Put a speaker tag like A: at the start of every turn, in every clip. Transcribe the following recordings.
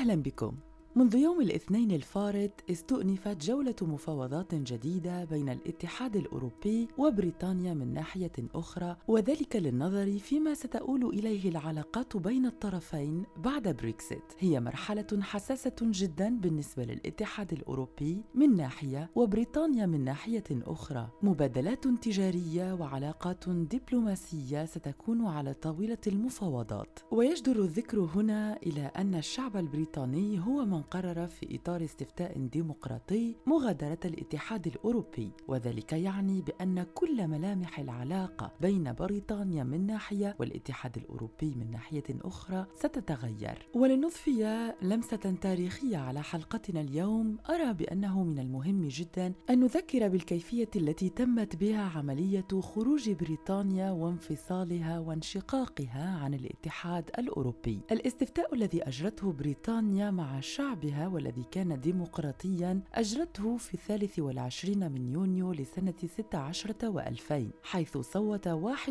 A: أهلا بكم. منذ يوم الاثنين الفارط استؤنفت جولة مفاوضات جديدة بين الاتحاد الأوروبي وبريطانيا من ناحية أخرى، وذلك للنظر فيما ستؤول إليه العلاقات بين الطرفين بعد بريكسيت. هي مرحلة حساسة جدا بالنسبة للاتحاد الأوروبي من ناحية وبريطانيا من ناحية أخرى. مبادلات تجارية وعلاقات دبلوماسية ستكون على طاولة المفاوضات، ويجدر الذكر هنا إلى أن الشعب البريطاني هو من قرر في إطار استفتاء ديمقراطي مغادرة الاتحاد الأوروبي، وذلك يعني بأن كل ملامح العلاقة بين بريطانيا من ناحية والاتحاد الأوروبي من ناحية أخرى ستتغير. ولنضفي لمسة تاريخية على حلقتنا اليوم، أرى بأنه من المهم جدا أن نذكر بالكيفية التي تمت بها عملية خروج بريطانيا وانفصالها وانشقاقها عن الاتحاد الأوروبي. الاستفتاء الذي أجرته بريطانيا مع شعبها والذي كان ديمقراطياً أجرته في 23 من يونيو لسنة 16 و2000، حيث صوت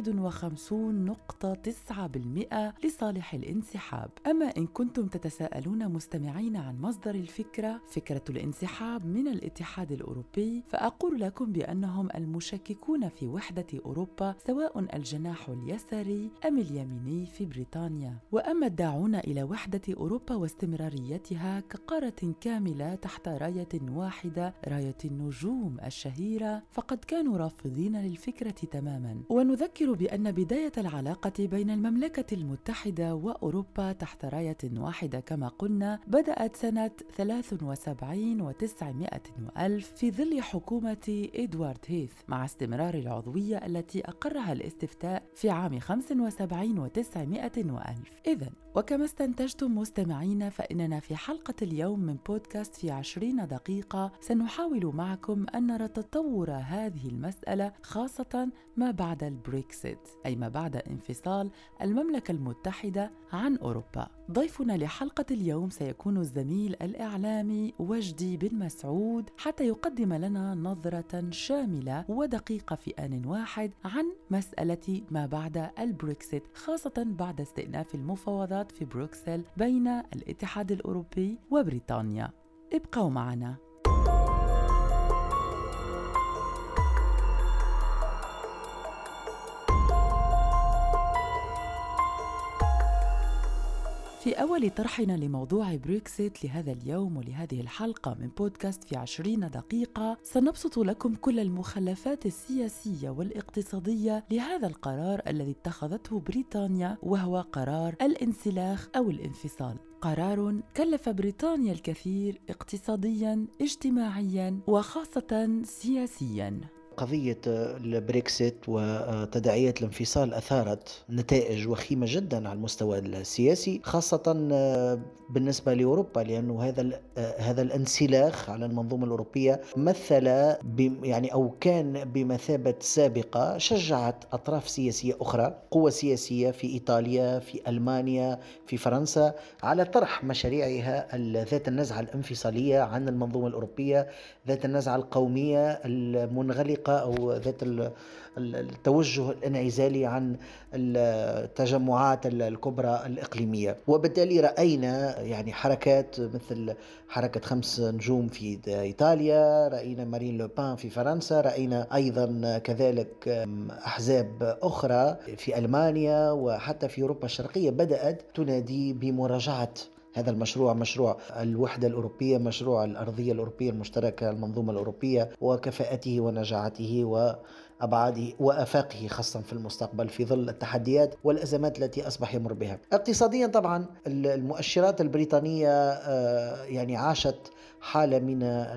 A: 51.9% لصالح الانسحاب. أما إن كنتم تتساءلون مستمعين عن مصدر فكرة الانسحاب من الاتحاد الأوروبي، فأقول لكم بأنهم المشككون في وحدة أوروبا، سواء الجناح اليساري أم اليميني في بريطانيا. وأما الداعون إلى وحدة أوروبا واستمراريتها كقارة كاملة تحت راية واحدة، راية النجوم الشهيرة، فقد كانوا رافضين للفكرة تماما. ونذكر بأن بداية العلاقة بين المملكة المتحدة وأوروبا تحت راية واحدة كما قلنا بدأت سنة 73 و900 وألف في ظل حكومة إدوارد هيث، مع استمرار العضوية التي أقرها الاستفتاء في عام 75 و900 وألف. إذن وكما استنتجتم مستمعين، فإننا في حلقة اليوم من بودكاست في 20 دقيقة سنحاول معكم أن نرى تطور هذه المسألة، خاصة ما بعد البريكسيت، أي ما بعد انفصال المملكة المتحدة عن أوروبا. ضيفنا لحلقة اليوم سيكون الزميل الإعلامي وجدي بن مسعود، حتى يقدم لنا نظرة شاملة ودقيقة في آن واحد عن مسألة ما بعد البريكسيت، خاصة بعد استئناف المفاوضات في بروكسل بين الاتحاد الأوروبي وبريطانيا. ابقوا معنا. في أول طرحنا لموضوع بريكسيت لهذا اليوم ولهذه الحلقة من بودكاست في 20 دقيقة، سنبسط لكم كل المخلفات السياسية والاقتصادية لهذا القرار الذي اتخذته بريطانيا، وهو قرار الانسلاخ أو الانفصال. قرار كلف بريطانيا الكثير اقتصادياً، اجتماعياً، وخاصة سياسياً.
B: قضية البريكسيت وتداعيات الانفصال أثارت نتائج وخيمة جدا على المستوى السياسي، خاصة بالنسبة لأوروبا، لأنه هذا الانسلاخ على المنظومة الأوروبية مثل أو كان بمثابة سابقة شجعت أطراف سياسية أخرى، قوى سياسية في إيطاليا، في ألمانيا، في فرنسا، على طرح مشاريعها ذات النزعة الانفصالية عن المنظومة الأوروبية، ذات النزعة القومية المنغلقة أو ذات التوجه الانعزالي عن التجمعات الكبرى الإقليمية. وبالتالي رأينا حركات مثل حركة 5 نجوم في إيطاليا، رأينا مارين لوبان في فرنسا، رأينا أيضا كذلك أحزاب أخرى في ألمانيا وحتى في أوروبا الشرقية بدأت تنادي بمراجعة هذا المشروع، مشروع الوحدة الأوروبية، مشروع الأرضية الأوروبية المشتركة، المنظومة الأوروبية، وكفاءته ونجاعته وأبعاده وآفاقه خاصة في المستقبل في ظل التحديات والأزمات التي أصبح يمر بها. اقتصاديا طبعا المؤشرات البريطانية عاشت حالة من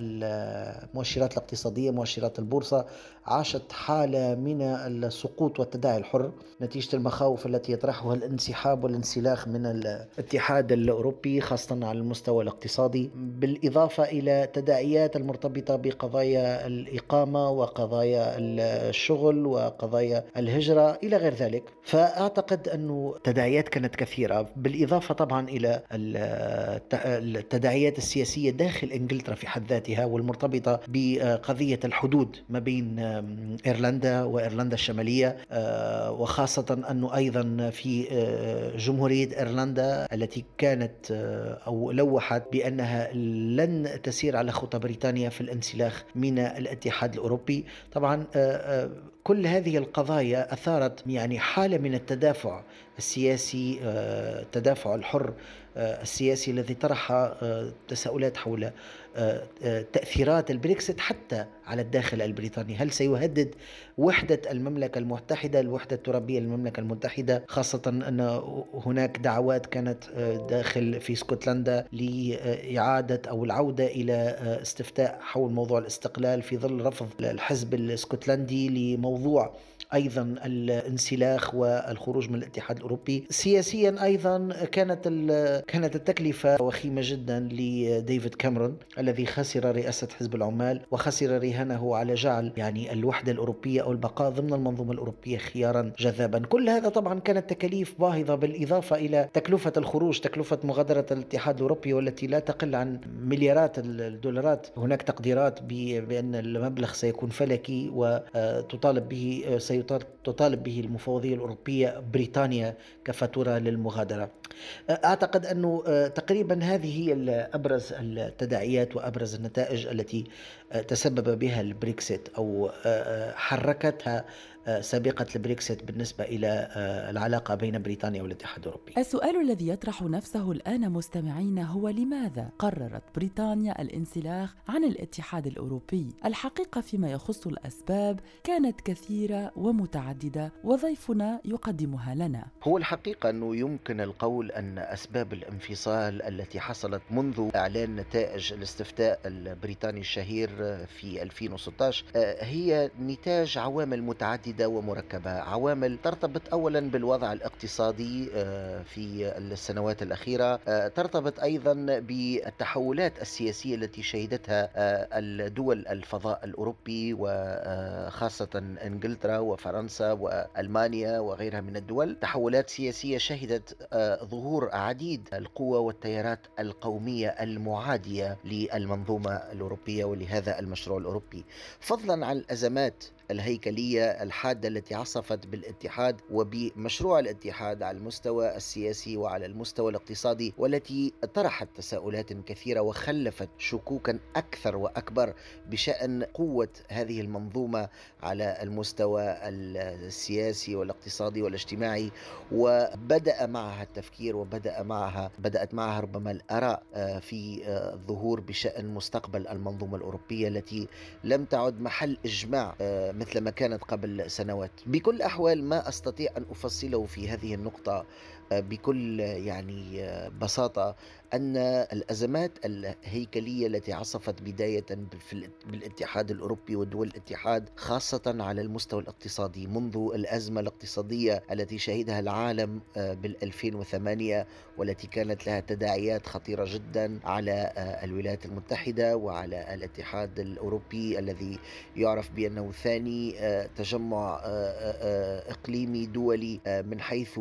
B: المؤشرات الاقتصادية، مؤشرات البورصة عاشت حالة من السقوط والتداعي الحر نتيجة المخاوف التي يطرحها الانسحاب والانسلاخ من الاتحاد الأوروبي، خاصة على المستوى الاقتصادي، بالإضافة إلى تداعيات المرتبطة بقضايا الإقامة وقضايا الشغل وقضايا الهجرة إلى غير ذلك. فأعتقد أنه التداعيات كانت كثيرة، بالإضافة طبعا إلى التداعيات السياسية داخل إنجلترا في حد ذاتها، والمرتبطة بقضية الحدود ما بين إيرلندا وإيرلندا الشمالية، وخاصة أنه أيضا في جمهورية إيرلندا التي كانت أو لوحت بأنها لن تسير على خطى بريطانيا في الانسلاخ من الاتحاد الأوروبي. طبعا كل هذه القضايا أثارت يعني حالة من التدافع السياسي، التدافع الحر السياسي الذي طرح تساؤلات حول تأثيرات البريكسيت حتى على الداخل البريطاني. هل سيهدد وحدة المملكة المتحدة، الوحدة الترابية للمملكة المتحدة، خاصة أن هناك دعوات كانت داخل في اسكتلندا لإعادة أو العودة إلى استفتاء حول موضوع الاستقلال في ظل رفض الحزب الاسكتلندي لموضوع أيضا الانسلاخ والخروج من الاتحاد الأوروبي. سياسيا أيضا كانت التكلفة وخيمة جدا لديفيد كاميرون الذي خسر رئاسة حزب العمال وخسر رهانه على جعل يعني الوحدة الأوروبية أو البقاء ضمن المنظومة الأوروبية خيارا جذابا. كل هذا طبعا كانت تكاليف باهظة، بالإضافة إلى تكلفة الخروج، تكلفة مغادرة الاتحاد الأوروبي والتي لا تقل عن مليارات الدولارات. هناك تقديرات بأن المبلغ سيكون فلكي تطالب به المفوضية الأوروبية بريطانيا كفاتورة للمغادرة. أعتقد أنه تقريبا هذه هي أبرز التداعيات وأبرز النتائج التي تسبب بها البريكسيت أو حركتها سابقة البريكسيت بالنسبة إلى العلاقة بين بريطانيا والاتحاد الأوروبي.
A: السؤال الذي يطرح نفسه الآن مستمعين هو: لماذا قررت بريطانيا الانسلاخ عن الاتحاد الأوروبي؟ الحقيقة فيما يخص الأسباب كانت كثيرة ومتعددة، وضيفنا يقدمها لنا.
C: هو الحقيقة أنه يمكن القول أن أسباب الانفصال التي حصلت منذ إعلان نتائج الاستفتاء البريطاني الشهير في 2016 هي نتاج عوامل متعددة ومركبة. عوامل ترتبط أولا بالوضع الاقتصادي في السنوات الأخيرة، ترتبط أيضا بالتحولات السياسية التي شهدتها الدول الفضاء الأوروبي وخاصة إنجلترا وفرنسا وألمانيا وغيرها من الدول، تحولات سياسية شهدت ظهور عديد القوى والتيارات القومية المعادية للمنظومة الأوروبية ولهذا المشروع الأوروبي، فضلا عن الأزمات الهيكلية الحادة التي عصفت بالاتحاد وبمشروع الاتحاد على المستوى السياسي وعلى المستوى الاقتصادي، والتي طرحت تساؤلات كثيرة وخلفت شكوكا أكثر وأكبر بشأن قوة هذه المنظومة على المستوى السياسي والاقتصادي والاجتماعي. وبدأ معها التفكير بدأت معها ربما الآراء في الظهور بشأن مستقبل المنظومة الأوروبية التي لم تعد محل إجماع مثل ما كانت قبل سنوات. بكل أحوال ما أستطيع أن أفصله في هذه النقطة بكل بساطة أن الأزمات الهيكلية التي عصفت بداية بالاتحاد الأوروبي ودول الاتحاد خاصة على المستوى الاقتصادي منذ الأزمة الاقتصادية التي شهدها العالم بال2008 والتي كانت لها تداعيات خطيرة جدا على الولايات المتحدة وعلى الاتحاد الأوروبي الذي يعرف بأنه ثاني تجمع إقليمي دولي من حيث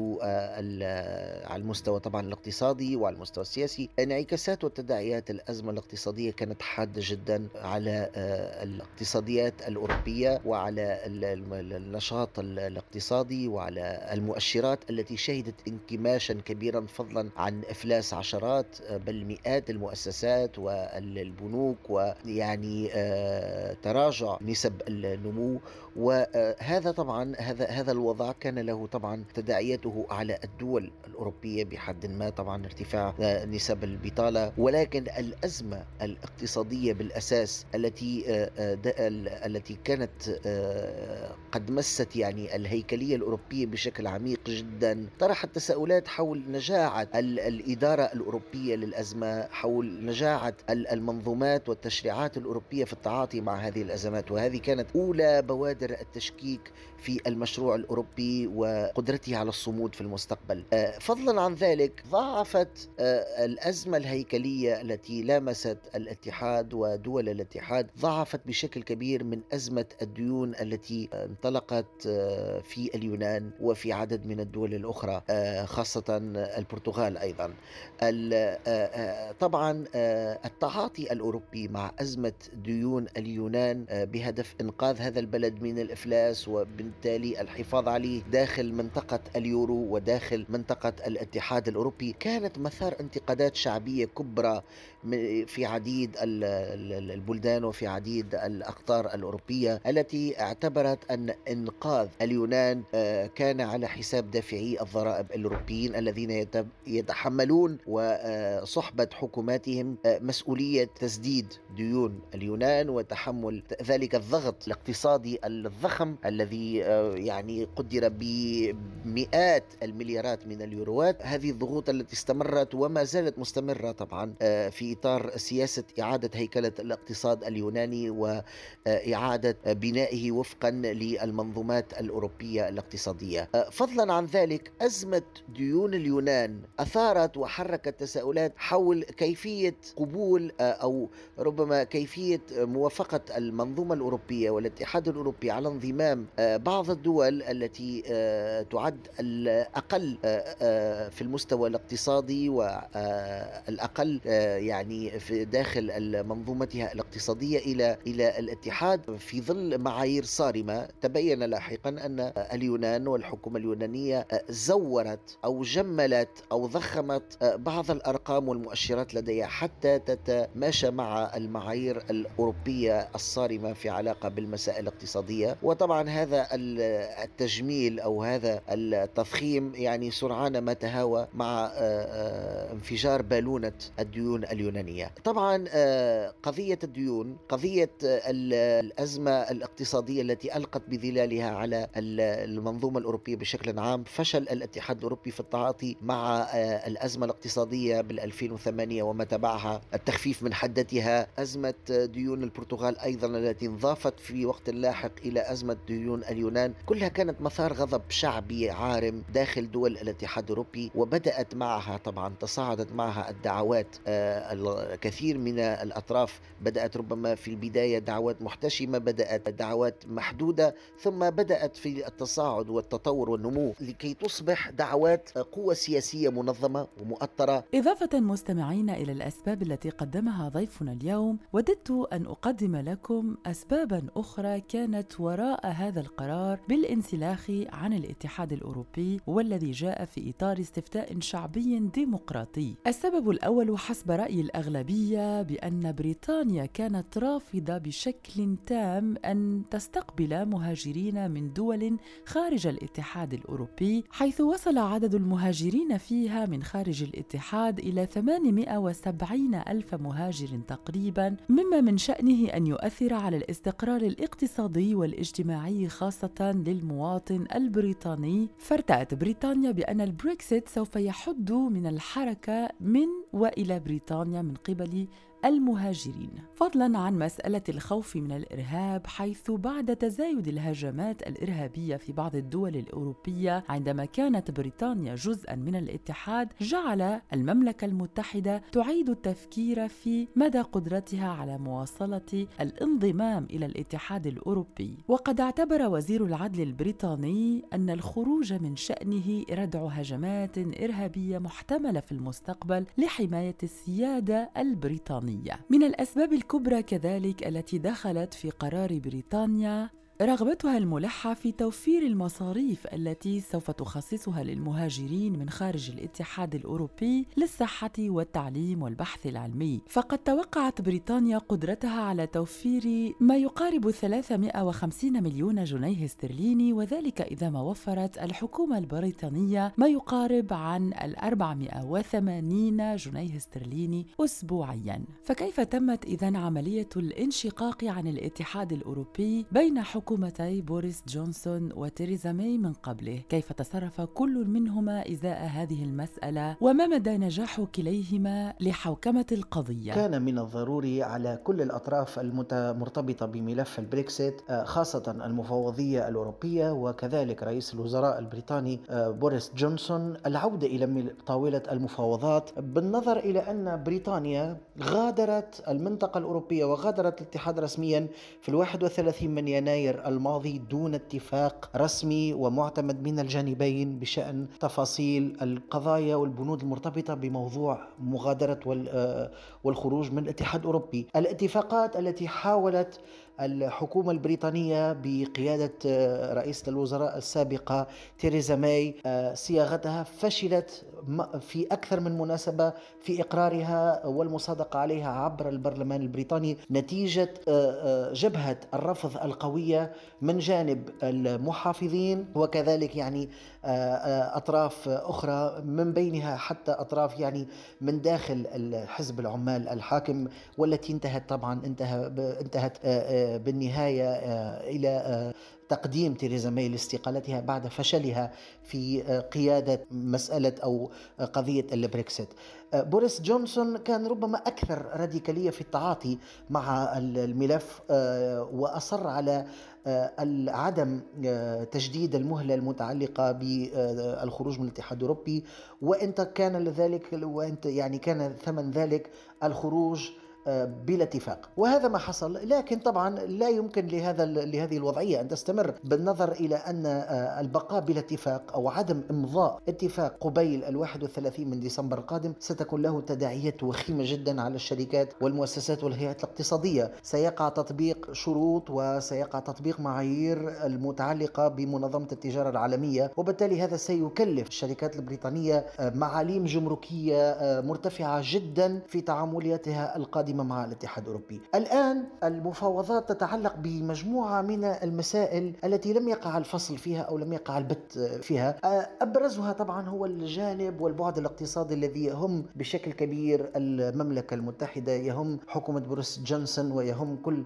C: على المستوى طبعا الاقتصادي وعلى المستوى السياسي. انعكاسات وتداعيات الأزمة الاقتصادية كانت حادة جدا على الاقتصاديات الأوروبية وعلى النشاط الاقتصادي وعلى المؤشرات التي شهدت انكماشا كبيرا، فضلا عن إفلاس عشرات بل مئات المؤسسات والبنوك ويعني تراجع نسب النمو. وهذا طبعا هذا الوضع كان له طبعا تداعياته على الدول الأوروبية بحد ما، طبعا ارتفاع نسب البطالة. ولكن الأزمة الاقتصادية بالأساس التي كانت قد مست الهيكلية الأوروبية بشكل عميق جدا طرحت تساؤلات حول نجاعة الإدارة الأوروبية للأزمة، حول نجاعة المنظومات والتشريعات الأوروبية في التعاطي مع هذه الأزمات. وهذه كانت أولى بوادر التشكيك في المشروع الأوروبي وقدرته على الصمود في المستقبل. فضلا عن ذلك ضاعفت الأزمة الهيكلية التي لامست الاتحاد ودول الاتحاد ضاعفت بشكل كبير من أزمة الديون التي انطلقت في اليونان وفي عدد من الدول الأخرى، خاصة البرتغال أيضا. طبعا التعاطي الأوروبي مع أزمة ديون اليونان بهدف إنقاذ هذا البلد من الإفلاس وبالتالي الحفاظ عليه داخل منطقة اليورو وداخل منطقة الاتحاد الأوروبي كانت مثار انتقادات شعبية كبرى في عديد البلدان وفي عديد الأقطار الأوروبية التي اعتبرت أن إنقاذ اليونان كان على حساب دافعي الضرائب الأوروبيين الذين يتحملون وصحبة حكوماتهم مسؤولية تسديد ديون اليونان وتحمل ذلك الضغط الاقتصادي الضخم الذي يعني قدر بمئات المليارات من اليوروات. هذه الضغوط التي استمرت وما زالت مستمرة طبعا في إطار سياسة إعادة هيكلة الاقتصاد اليوناني وإعادة بنائه وفقا للمنظومات الأوروبية الاقتصادية. فضلا عن ذلك أزمة ديون اليونان أثارت وحركت تساؤلات حول كيفية قبول أو ربما كيفية موافقة المنظومة الأوروبية والاتحاد الأوروبي على انضمام بعض الدول التي تعد الأقل في المستوى الاقتصادي والأقل يعني في داخل منظومتها الاقتصادية إلى الاتحاد في ظل معايير صارمة. تبين لاحقا أن اليونان والحكومة اليونانية زورت أو جملت أو ضخمت بعض الأرقام والمؤشرات لديها حتى تتماشى مع المعايير الأوروبية الصارمة في علاقة بالمسائل الاقتصادية. وطبعا هذا التجميل أو هذا التضخيم يعني سرعان ما تهاوى مع انفجار بالونة الديون اليونانية. طبعا قضية الديون قضية الأزمة الاقتصادية التي ألقت بظلالها على المنظومة الأوروبية بشكل عام. فشل الاتحاد الأوروبي في التعاطي مع الأزمة الاقتصادية بال2008 وما تبعها، التخفيف من حدتها، أزمة ديون البرتغال أيضا التي انضافت في وقت لاحق إلى أزمة ديون اليونان، كلها كانت مثار غضب شعبي عارم داخل دول الاتحاد الأوروبي. وبدأت معها طبعا تصاعدت معها الدعوات، الكثير من الأطراف بدأت ربما في البداية دعوات محتشمة، بدأت دعوات محدودة، ثم بدأت في التصاعد والتطور والنمو لكي تصبح دعوات قوة سياسية منظمة ومؤطرة.
A: إضافة مستمعين إلى الأسباب التي قدمها ضيفنا اليوم، وددت أن أقدم لكم أسبابا أخرى كانت وراء هذا القرار بالانسلاخ عن الاتحاد الأوروبي والذي جاء في إطار استفتاء شعبي ديمقراطي. السبب الأول حسب رأي الأغلبية بأن بريطانيا كانت رافضة بشكل تام أن تستقبل مهاجرين من دول خارج الاتحاد الأوروبي، حيث وصل عدد المهاجرين فيها من خارج الاتحاد إلى 870 ألف مهاجر تقريبا، مما من شأنه أن يؤثر على الاستقرار الاقتصادي والاجتماعي خاصة للمواطن البريطاني. فارتأت بريطانيا بأن البريكسيت سوف يحد من الحركة من وإلى بريطانيا من قبل المهاجرين، فضلاً عن مسألة الخوف من الإرهاب، حيث بعد تزايد الهجمات الإرهابية في بعض الدول الأوروبية عندما كانت بريطانيا جزءاً من الاتحاد، جعل المملكة المتحدة تعيد التفكير في مدى قدرتها على مواصلة الانضمام إلى الاتحاد الأوروبي. وقد اعتبر وزير العدل البريطاني أن الخروج من شأنه ردع هجمات إرهابية محتملة في المستقبل لحماية السيادة البريطانية. من الأسباب الكبرى كذلك التي دخلت في قرار بريطانيا رغبتها الملحة في توفير المصاريف التي سوف تخصصها للمهاجرين من خارج الاتحاد الأوروبي للصحة والتعليم والبحث العلمي. فقد توقعت بريطانيا قدرتها على توفير ما يقارب 350 مليون جنيه استرليني، وذلك إذا ما وفرت الحكومة البريطانية ما يقارب عن 480 جنيه استرليني أسبوعياً. فكيف تمت إذن عملية الانشقاق عن الاتحاد الأوروبي بين حكومة حكومتي بوريس جونسون وتيريزا ماي من قبله، كيف تصرف كل منهما إزاء هذه المسألة وما مدى نجاح كليهما لحوكمة القضية؟
B: كان من الضروري على كل الأطراف المرتبطة بملف البريكسيت، خاصة المفوضية الأوروبية وكذلك رئيس الوزراء البريطاني بوريس جونسون، العودة إلى طاولة المفاوضات، بالنظر إلى أن بريطانيا غادرت المنطقة الأوروبية وغادرت الاتحاد رسميا في 31 من يناير الماضي دون اتفاق رسمي ومعتمد من الجانبين بشأن تفاصيل القضايا والبنود المرتبطة بموضوع مغادرة والخروج من الاتحاد الأوروبي. الاتفاقات التي حاولت الحكومة البريطانية بقيادة رئيسة الوزراء السابقة تيريزا ماي صياغتها فشلت في أكثر من مناسبة في إقرارها والمصادقة عليها عبر البرلمان البريطاني، نتيجة جبهة الرفض القوية من جانب المحافظين وكذلك يعني أطراف أخرى، من بينها حتى أطراف يعني من داخل الحزب العمال الحاكم، والتي انتهت بالنهاية إلى تقديم تيريزا ماي لاستقالتها بعد فشلها في قيادة مسألة أو قضية البريكسيت. بوريس جونسون كان ربما أكثر راديكالية في التعاطي مع الملف، وأصر على عدم تجديد المهلة المتعلقة بالخروج من الاتحاد الأوروبي، وأنت كان ثمن ذلك الخروج بلا اتفاق، وهذا ما حصل. لكن طبعا لا يمكن لهذه الوضعية أن تستمر، بالنظر إلى أن البقاء بلا اتفاق أو عدم إمضاء اتفاق قبيل 31 من ديسمبر القادم ستكون له تداعيات وخيمة جدا على الشركات والمؤسسات والهيئات الاقتصادية. سيقع تطبيق شروط وسيقع تطبيق معايير المتعلقة بمنظمة التجارة العالمية، وبالتالي هذا سيكلف الشركات البريطانية معاليم جمركية مرتفعة جدا في تعاملاتها القادمة مع الاتحاد الأوروبي. الآن المفاوضات تتعلق بمجموعة من المسائل التي لم يقع الفصل فيها أو لم يقع البت فيها. أبرزها طبعا هو الجانب والبعد الاقتصادي الذي يهم بشكل كبير المملكة المتحدة، يهم حكومة بوريس جونسون ويهم كل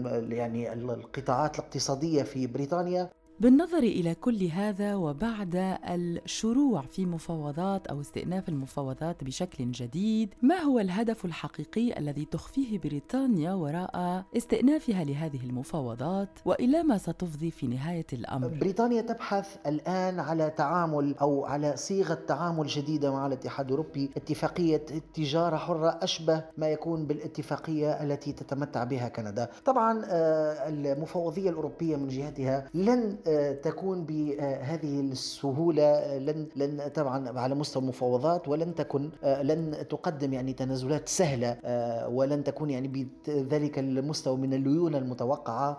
B: القطاعات الاقتصادية في بريطانيا.
A: بالنظر إلى كل هذا وبعد الشروع في مفاوضات أو استئناف المفاوضات بشكل جديد، ما هو الهدف الحقيقي الذي تخفيه بريطانيا وراء استئنافها لهذه المفاوضات، وإلى ما ستفضي في نهاية الأمر؟
B: بريطانيا تبحث الآن على تعامل أو على صيغة تعامل جديدة مع الاتحاد الأوروبي، اتفاقية تجارة حرة أشبه ما يكون بالاتفاقية التي تتمتع بها كندا. طبعا المفوضية الأوروبية من جهتها لن تكون بهذه السهولة، لن طبعا على مستوى المفاوضات، لن تقدم تنازلات سهلة، ولن تكون بذلك المستوى من الليونة المتوقعة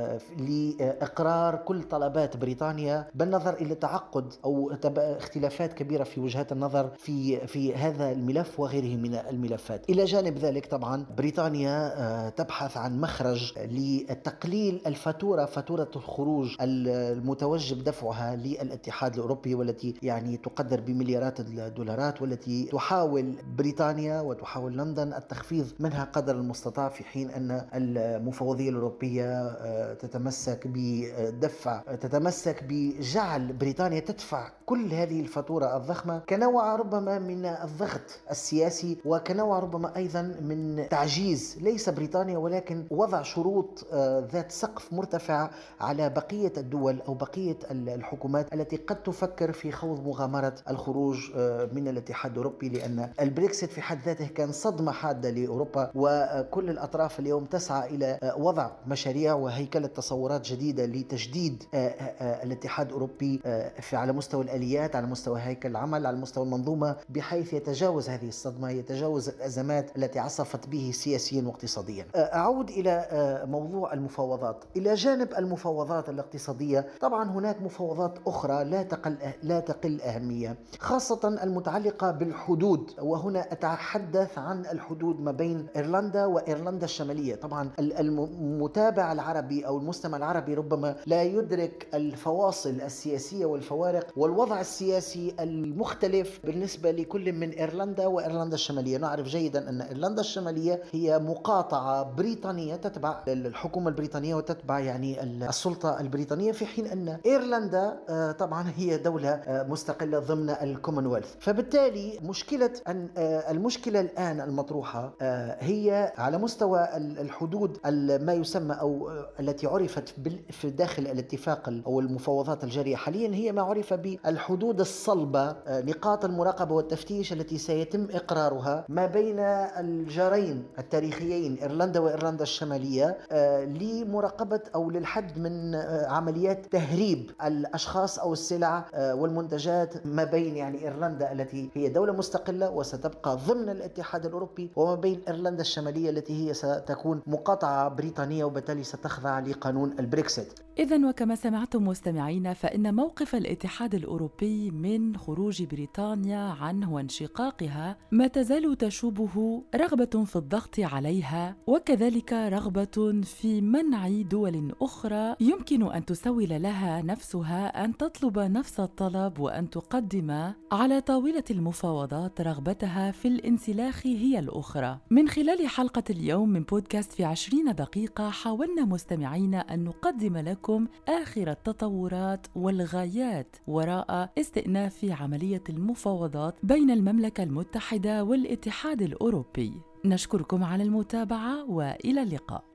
B: لإقرار كل طلبات بريطانيا، بالنظر إلى تعقد أو اختلافات كبيرة في وجهات النظر في هذا الملف وغيره من الملفات. إلى جانب ذلك طبعا بريطانيا تبحث عن مخرج لتقليل فاتورة الخروج المتوجب دفعها للاتحاد الأوروبي، والتي تقدر بمليارات الدولارات، والتي تحاول بريطانيا وتحاول لندن التخفيض منها قدر المستطاع، في حين أن المفوضية الأوروبية تتمسك بجعل بريطانيا تدفع كل هذه الفاتورة الضخمة كنوع ربما من الضغط السياسي، وكنوع ربما أيضا من تعجيز ليس بريطانيا ولكن وضع شروط ذات سقف مرتفع على بقية الدول أو بقية الحكومات التي قد تفكر في خوض مغامرة الخروج من الاتحاد الأوروبي، لأن البريكسيت في حد ذاته كان صدمة حادة لأوروبا، وكل الأطراف اليوم تسعى إلى وضع مشاريع وهيكلة تصورات جديدة لتجديد الاتحاد الأوروبي على مستوى الآليات، على مستوى هيكل العمل، على مستوى المنظومة، بحيث يتجاوز هذه الصدمة، يتجاوز الأزمات التي عصفت به سياسيا واقتصاديا. أعود إلى موضوع المفاوضات. إلى جانب المفاوضات الاقتصادية الأوروبية. طبعا هناك مفاوضات أخرى لا تقل أهمية، خاصة المتعلقة بالحدود، وهنا أتحدث عن الحدود ما بين إيرلندا وإيرلندا الشمالية. طبعا المتابع العربي أو المستمع العربي ربما لا يدرك الفواصل السياسية والفوارق والوضع السياسي المختلف بالنسبة لكل من إيرلندا وإيرلندا الشمالية. نعرف جيدا أن إيرلندا الشمالية هي مقاطعة بريطانية تتبع الحكومة البريطانية وتتبع يعني السلطة البريطانية، في حين أن إيرلندا طبعا هي دولة مستقلة ضمن الكومنولث. فبالتالي المشكلة الآن المطروحة هي على مستوى الحدود ما يسمى أو التي عرفت في داخل الاتفاق أو المفاوضات الجارية حاليا، هي ما عرف بالحدود الصلبة، نقاط المراقبة والتفتيش التي سيتم إقرارها ما بين الجارين التاريخيين إيرلندا وإيرلندا الشمالية لمراقبة أو للحد من عمليات تهريب الأشخاص أو السلع والمنتجات ما بين يعني إيرلندا التي هي دولة مستقلة وستبقى ضمن الاتحاد الأوروبي، وما بين إيرلندا الشمالية التي هي ستكون مقاطعة بريطانية وبالتالي ستخضع لقانون البريكسيت.
A: إذن وكما سمعتم مستمعين، فإن موقف الاتحاد الأوروبي من خروج بريطانيا عنه وانشقاقها ما تزال تشوبه رغبة في الضغط عليها، وكذلك رغبة في منع دول أخرى يمكن أن تسول لها نفسها أن تطلب نفس الطلب وأن تقدم على طاولة المفاوضات رغبتها في الانسلاخ هي الأخرى. من خلال حلقة اليوم من بودكاست في 20 دقيقة حاولنا مستمعين أن نقدم لكم آخر التطورات والغايات وراء استئناف عملية المفاوضات بين المملكة المتحدة والاتحاد الأوروبي. نشكركم على المتابعة وإلى اللقاء.